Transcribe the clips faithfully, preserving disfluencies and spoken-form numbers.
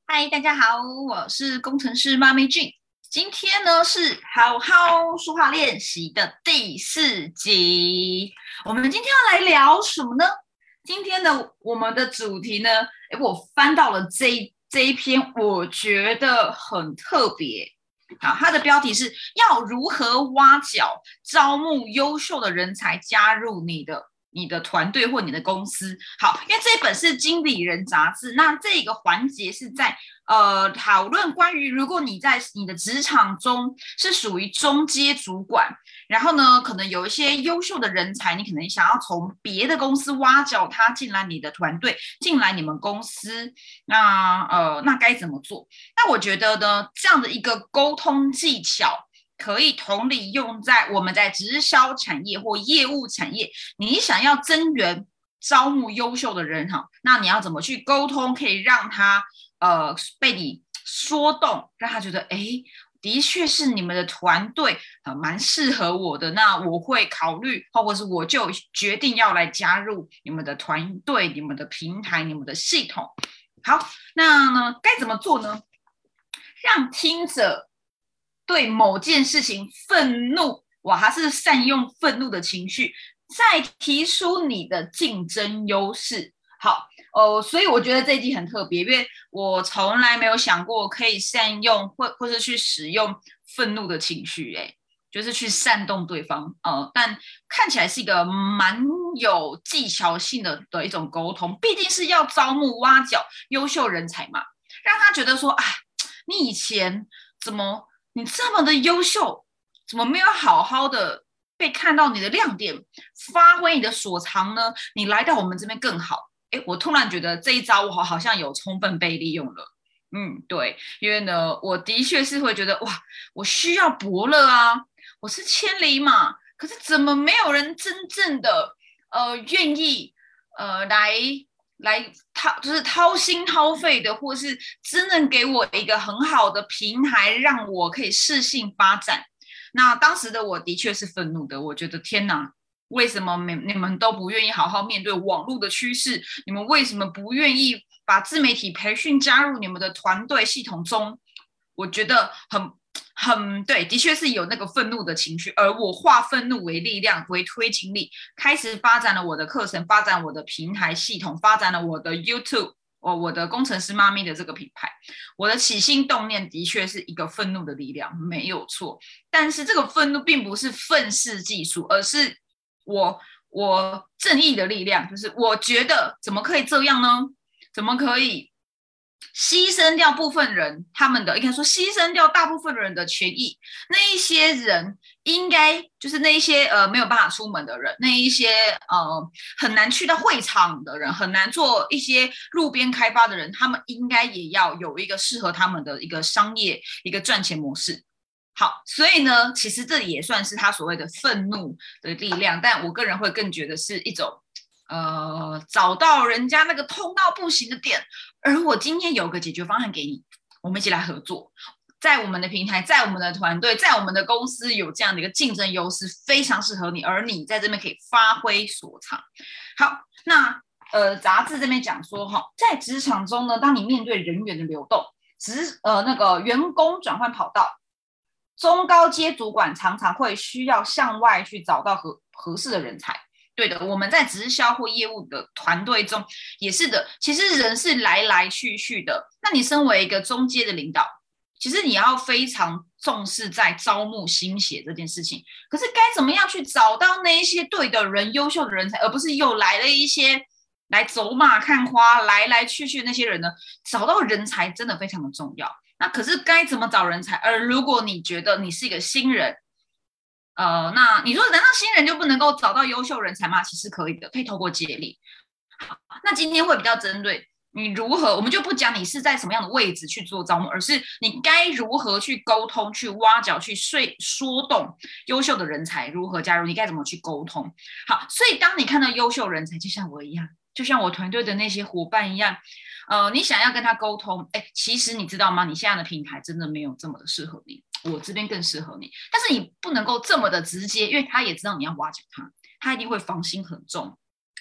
嗨，大家好，我是工程师妈咪俊。今天呢是好好说话练习的第四集。我们今天要来聊什么呢？今天的我们的主题呢，诶我翻到了这一这一篇，我觉得很特别。好，它的标题是要如何挖角、招募优秀的人才加入你的你的团队或你的公司。好，因为这本是经理人杂志，那这个环节是在呃讨论关于如果你在你的职场中是属于中阶主管，然后呢，可能有一些优秀的人才，你可能想要从别的公司挖角他进来你的团队，进来你们公司，那呃那该怎么做？那我觉得呢，这样的一个沟通技巧。可以同理用在我们在直销产业或业务产业，你想要增援招募优秀的人哈，那你要怎么去沟通，可以让他呃被你说动，让他觉得哎，的确是你们的团队呃蛮适合我的，那我会考虑，或者是我就决定要来加入你们的团队、你们的平台、你们的系统。好，那呢该怎么做呢？让听者对某件事情愤怒，哇，他是善用愤怒的情绪，再提出你的竞争优势。好，哦，所以我觉得这一集很特别，因为我从来没有想过可以善用或或是去使用愤怒的情绪，哎，就是去煽动对方，呃，但看起来是一个蛮有技巧性的的一种沟通，毕竟是要招募挖角优秀人才嘛，让他觉得说，啊，你以前怎么你这么的优秀，怎么没有好好的被看到你的亮点，发挥你的所长呢？你来到我们这边更好。哎，我突然觉得这一招我好像有充分被利用了。嗯，对，因为呢，我的确是会觉得哇，我需要伯乐啊，我是千里马，可是怎么没有人真正的呃愿意呃来来掏，就是掏心掏肺的，或是真正给我一个很好的平台，让我可以适性发展。那当时的我的确是愤怒的，我觉得天哪，为什么你你们都不愿意好好面对网络的趋势？你们为什么不愿意把自媒体培训加入你们的团队系统中？我觉得很很对，的确是有那个愤怒的情绪，而我化愤怒为力量，为推进力，开始发展了我的课程，发展我的平台系统，发展了我的 YouTube。我我的工程师妈咪的这个品牌，我的起心动念的确是一个愤怒的力量，没有错。但是这个愤怒并不是愤世嫉俗，而是我我正义的力量，就是我觉得怎么可以这样呢？怎么可以牺牲掉部分人他们的，应该说牺牲掉大部分人的权益？那一些人应该就是那一些呃没有办法出门的人，那一些呃很难去到会场的人，很难做一些路边开发的人，他们应该也要有一个适合他们的一个商业一个赚钱模式。好，所以呢，其实这也算是他所谓的愤怒的力量，但我个人会更觉得是一种，呃，找到人家那个痛到不行的点，而我今天有个解决方案给你，我们一起来合作，在我们的平台，在我们的团队，在我们的公司有这样的一个竞争优势，非常适合你，而你在这边可以发挥所长。好，那呃，杂志这边讲说哈，在职场中呢，当你面对人员的流动，职呃那个员工转换跑道。中高阶主管常常会需要向外去找到合合适的人才。对的，我们在直销或业务的团队中也是的。其实人是来来去去的。那你身为一个中阶的领导，其实你要非常重视在招募新血这件事情。可是该怎么样去找到那一些对的人、优秀的人才，而不是又来了一些来走马看花、来来去去的那些人呢？找到人才真的非常的重要。那可是该怎么找人才？而如果你觉得你是一个新人，呃，那你说难道新人就不能够找到优秀人才吗？其实可以的，可以透过接力。好，那今天会比较针对你如何，我们就不讲你是在什么样的位置去做招募，而是你该如何去沟通、去挖角、去说说动优秀的人才如何加入，你该怎么去沟通。好，所以当你看到优秀人才，就像我一样，就像我团队的那些伙伴一样。呃，你想要跟他沟通，哎，其实你知道吗？你现在的平台真的没有这么的适合你，我这边更适合你。但是你不能够这么的直接，因为他也知道你要挖角他，他一定会防心很重。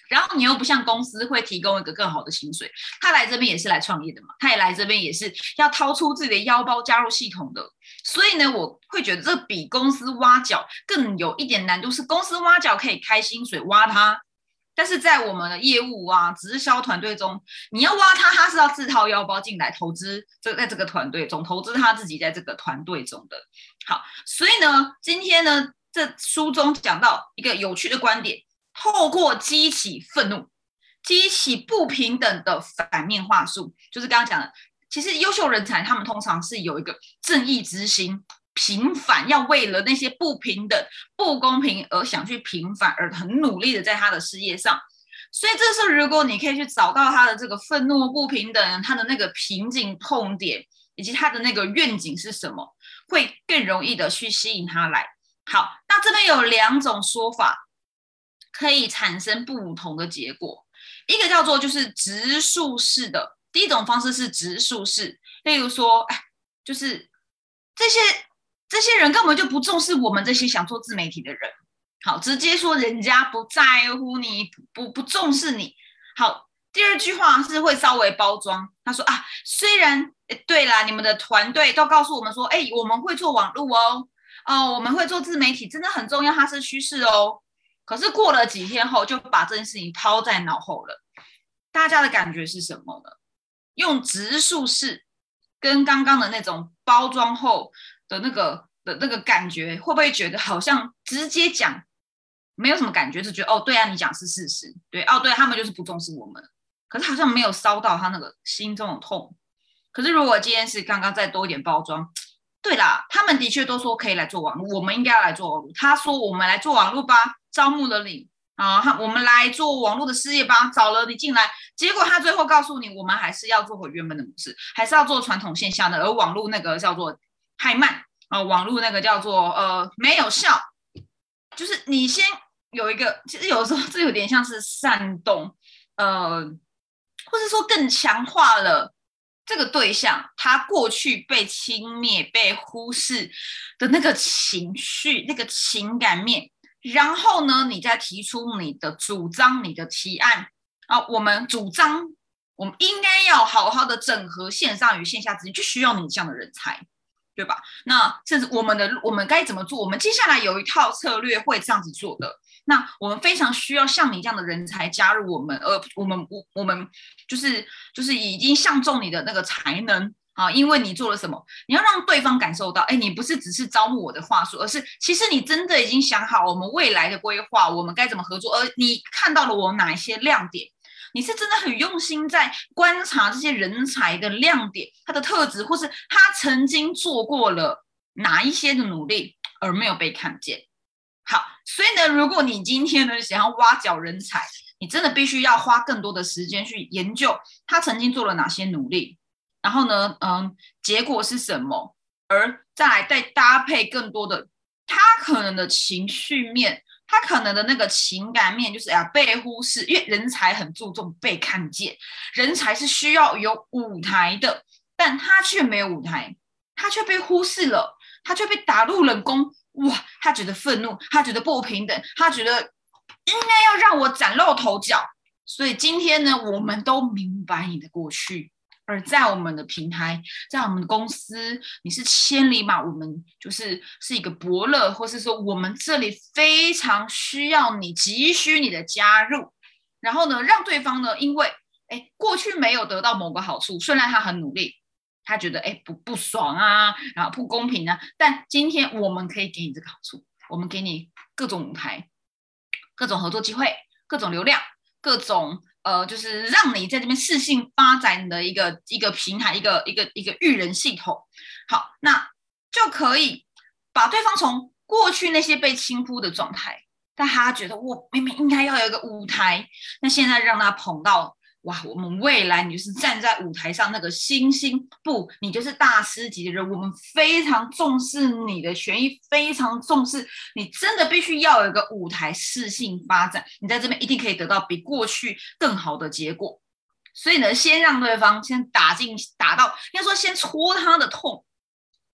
然后你又不像公司会提供一个更好的薪水，他来这边也是来创业的嘛，他也来这边也是要掏出自己的腰包加入系统的，所以呢，我会觉得这比公司挖角更有一点难度，是公司挖角可以开薪水挖他，但是在我们的业务啊直销团队中，你要挖他，他是要自掏腰包进来投资，这在这个团队中投资他自己在这个团队中的。好，所以呢，今天呢，这书中讲到一个有趣的观点，透过激起愤怒，激起不平等的反面话术，就是刚刚讲的，其实优秀人才他们通常是有一个正义之心，平反，要为了那些不平等、不公平而想去平反，而很努力的在他的事业上。所以这时候，如果你可以去找到他的这个愤怒、不平等，他的那个瓶颈、痛点，以及他的那个愿景是什么，会更容易的去吸引他来。好，那这边有两种说法可以产生不同的结果，一个叫做就是植树式的，第一种方式是植树式，例如说，哎，就是这些这些人根本就不重视我们这些想做自媒体的人，好，直接说人家不在乎你，不不重视你。好，第二句话是会稍微包装，他说啊，虽然对啦，你们的团队都告诉我们说，哎，我们会做网络哦，哦，我们会做自媒体，真的很重要，它是趋势哦。可是过了几天后，就把这件事情抛在脑后了。大家的感觉是什么呢？用植树式跟刚刚的那种包装后的那个的那个感觉，会不会觉得好像直接讲没有什么感觉，就觉得哦，对啊，你讲是事实，对，哦，对，他们就是不重视我们，可是好像没有烧到他那个心中的痛。可是如果今天是刚刚再多一点包装，对啦，他们的确都说可以来做网络，我们应该要来做网络。他说我们来做网络吧，招募了你啊，我们来做网络的事业吧，找了你进来，结果他最后告诉你，我们还是要做回原本的模式，还是要做传统线下的，而网络那个叫做太慢啊、呃，网络那个叫做呃没有效，就是你先有一个，其实有时候这有点像是煽动，呃，或是说更强化了这个对象他过去被轻蔑、被忽视的那个情绪、那个情感面，然后呢，你再提出你的主张、你的提案啊，我们主张我们应该要好好的整合线上与线下之间，就需要你这样的人才，对吧？那甚至我们的我们该怎么做？我们接下来有一套策略会这样子做的。那我们非常需要像你这样的人才加入我们，而我们我我们就是就是已经相中你的那个才能啊，因为你做了什么，你要让对方感受到，哎，你不是只是招募我的话术，而是其实你真的已经想好我们未来的规划，我们该怎么合作，而你看到了我哪一些亮点，你是真的很用心在观察这些人才的亮点，他的特质，或是他曾经做过了哪一些的努力而没有被看见。好，所以呢，如果你今天呢想要挖角人才，你真的必须要花更多的时间去研究他曾经做了哪些努力，然后呢，嗯，结果是什么，而再来再搭配更多的他可能的情绪面，他可能的那个情感面，就是呀被忽视，因为人才很注重被看见，人才是需要有舞台的，但他却没有舞台，他却被忽视了，他却被打入冷宫。哇，他觉得愤怒，他觉得不平等，他觉得应该要让我崭露头角。所以今天呢，我们都明白你的过去，而在我们的平台，在我们的公司，你是千里马，我们就是是一个伯乐，或是说我们这里非常需要你，急需你的加入。然后呢，让对方呢，因为哎过去没有得到某个好处，虽然他很努力。他觉得哎不不爽啊，然后不公平啊，但今天我们可以给你这个好处，我们给你各种舞台、各种合作机会、各种流量、各种呃，就是让你在这边适性发展的一个一个平台、一个一个一个育人系统。好，那就可以把对方从过去那些被轻忽的状态，但他觉得我明明应该要有一个舞台，那现在让他捧到。哇，我们未来你就是站在舞台上那个星星，不，你就是大师级的人，我们非常重视你的权益，非常重视你真的必须要有一个舞台适性发展，你在这边一定可以得到比过去更好的结果。所以呢，先让对方先打进打到，应该说先戳他的痛，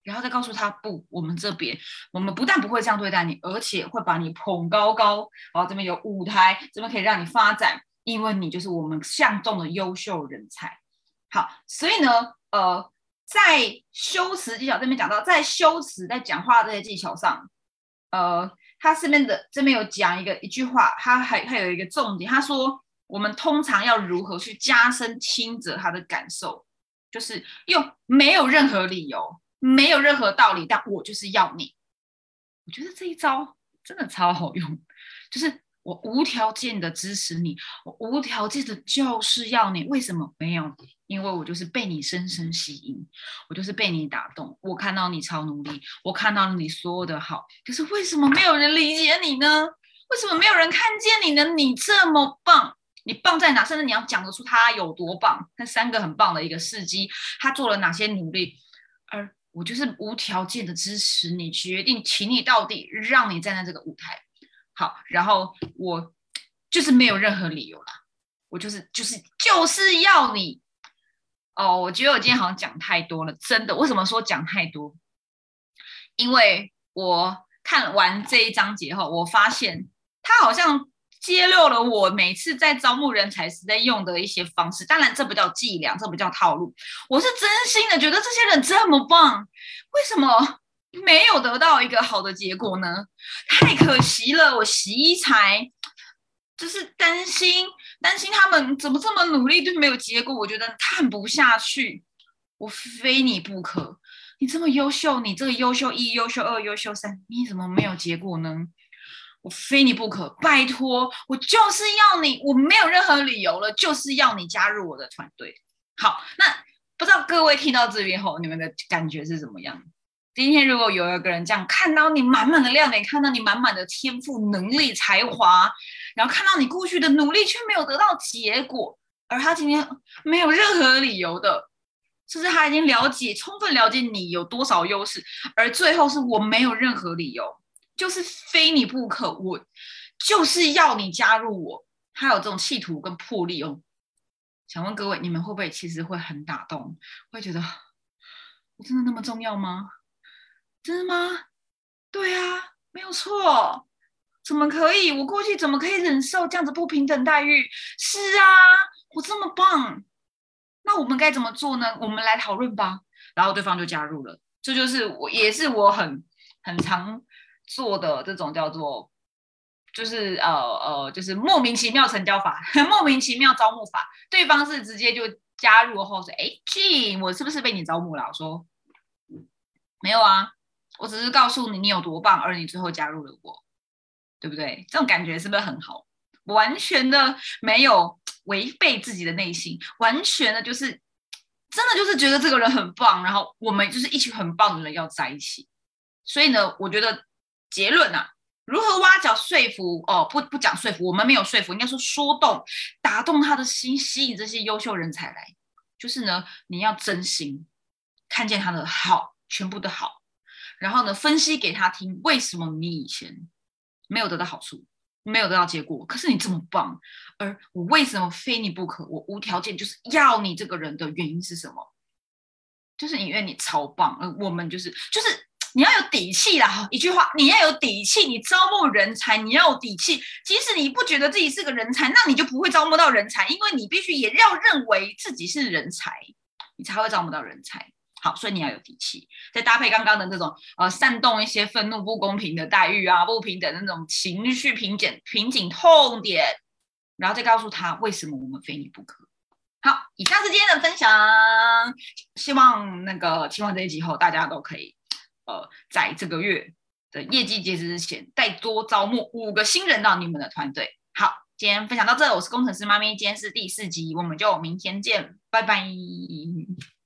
然后再告诉他不，我们这边我们不但不会这样对待你，而且会把你捧高高，然后这边有舞台，这边可以让你发展，因为你就是我们相中的优秀人才。好，所以呢，呃，在修辞技巧这边讲到，在修辞在讲话这些技巧上，呃，他这边的这边有讲一个一句话，他还还有一个重点，他说我们通常要如何去加深听者他的感受，就是用没有任何理由。没有任何道理，但我就是要你。我觉得这一招真的超好用，就是我无条件的支持你，我无条件的就是要你。为什么没有？因为我就是被你深深吸引，我就是被你打动。我看到你超努力，我看到了你所有的好，可是为什么没有人理解你呢？为什么没有人看见你呢？你这么棒，你棒在哪？甚至你要讲得出他有多棒。那三个很棒的一个事迹，他做了哪些努力，而我就是无条件的支持你，决定请你到底，让你站在这个舞台。好，然后我就是没有任何理由啦，我就是就是就是要你。哦，我觉得我今天好像讲太多了，真的。为什么说讲太多？因为我看完这一章节后，我发现他好像揭露了我每次在招募人才时在用的一些方式。当然这不叫伎俩，这不叫套路，我是真心的觉得这些人这么棒，为什么没有得到一个好的结果呢？太可惜了，我惜才就是担心担心他们怎么这么努力都没有结果，我觉得看不下去，我非你不可。你这么优秀，你这个优秀一、优秀二、优秀三，你怎么没有结果呢？我非你不可，拜托，我就是要你，我没有任何理由了，就是要你加入我的团队。好，那不知道各位听到这边后，你们的感觉是怎么样？今天如果有一个人这样看到你满满的亮点，看到你满满的天赋、能力、才华，然后看到你过去的努力却没有得到结果，而他今天没有任何理由的，就是他已经了解、充分了解你有多少优势，而最后是我没有任何理由。就是非你不可，我就是要你加入我，他有这种企图跟魄力哦。想问各位，你们会不会其实会很打动，会觉得我真的那么重要吗？真的吗？对啊，没有错。怎么可以？我过去怎么可以忍受这样子不平等待遇？是啊，我这么棒，那我们该怎么做呢？我们来讨论吧。然后对方就加入了，这就是我，也是我很很常做的这种叫做，就是呃呃，就是莫名其妙成交法，莫名其妙招募法。对方是直接就加入后说，哎 ，G， 我是不是被你招募了？我说没有啊，我只是告诉你你有多棒，而你最后加入了我，对不对？这种感觉是不是很好？完全的没有违背自己的内心，完全的就是真的就是觉得这个人很棒，然后我们就是一群很棒的人要在一起。所以呢，我觉得结论啊，如何挖角说服哦，不不讲说服，我们没有说服，应该说说动，打动他的心，吸引这些优秀人才来。就是呢，你要真心看见他的好，全部的好，然后呢，分析给他听，为什么你以前没有得到好处，没有得到结果，可是你这么棒，而我为什么非你不可？我无条件就是要你这个人的原因是什么？就是因为你超棒，而我们就是就是你要有底气啦。一句话，你要有底气，你招募人才，你要有底气。即使你不觉得自己是个人才，那你就不会招募到人才，因为你必须也要认为自己是人才，你才会招募到人才。好，所以你要有底气，再搭配刚刚的那种呃煽动一些愤怒、不公平的待遇啊、不平等的那种情绪瓶颈、瓶颈痛点，然后再告诉他为什么我们非你不可。好，以上是今天的分享，希望那个听完这一集后，大家都可以呃在这个月的业绩截止之前，再多招募五个新人到你们的团队。好，今天分享到这，我是工程师妈咪，今天是第四集，我们就明天见，拜拜。